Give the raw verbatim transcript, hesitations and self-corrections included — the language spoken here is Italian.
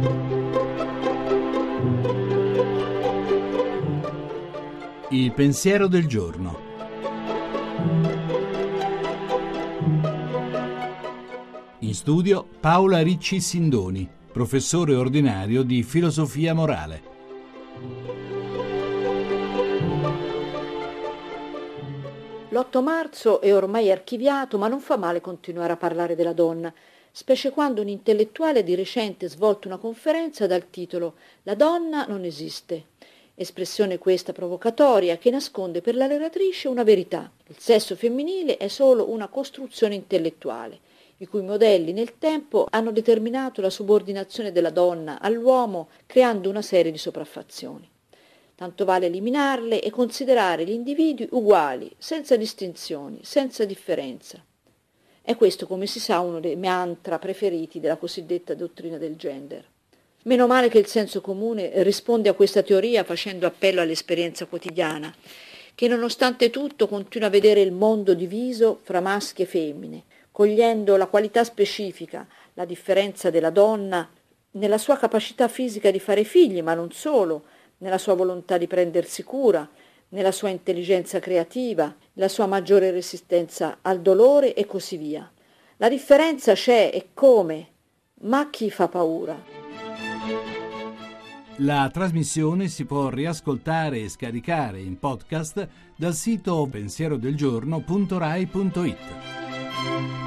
Il pensiero del giorno. In studio Paola Ricci Sindoni, professore ordinario di filosofia morale. L'otto marzo è ormai archiviato, ma non fa male continuare a parlare della donna, specie quando un intellettuale di recente svolto una conferenza dal titolo «La donna non esiste». Espressione questa provocatoria che nasconde per la relatrice una verità. Il sesso femminile è solo una costruzione intellettuale, i cui modelli nel tempo hanno determinato la subordinazione della donna all'uomo, creando una serie di sopraffazioni. Tanto vale eliminarle e considerare gli individui uguali, senza distinzioni, senza differenza. È questo, come si sa, uno dei mantra preferiti della cosiddetta dottrina del gender. Meno male che il senso comune risponde a questa teoria facendo appello all'esperienza quotidiana, che nonostante tutto continua a vedere il mondo diviso fra maschi e femmine, cogliendo la qualità specifica, la differenza della donna, nella sua capacità fisica di fare figli, ma non solo, nella sua volontà di prendersi cura, nella sua intelligenza creativa, nella sua maggiore resistenza al dolore e così via. La differenza c'è e come, ma a chi fa paura? La trasmissione si può riascoltare e scaricare in podcast dal sito pensierodelgiorno punto rai punto it.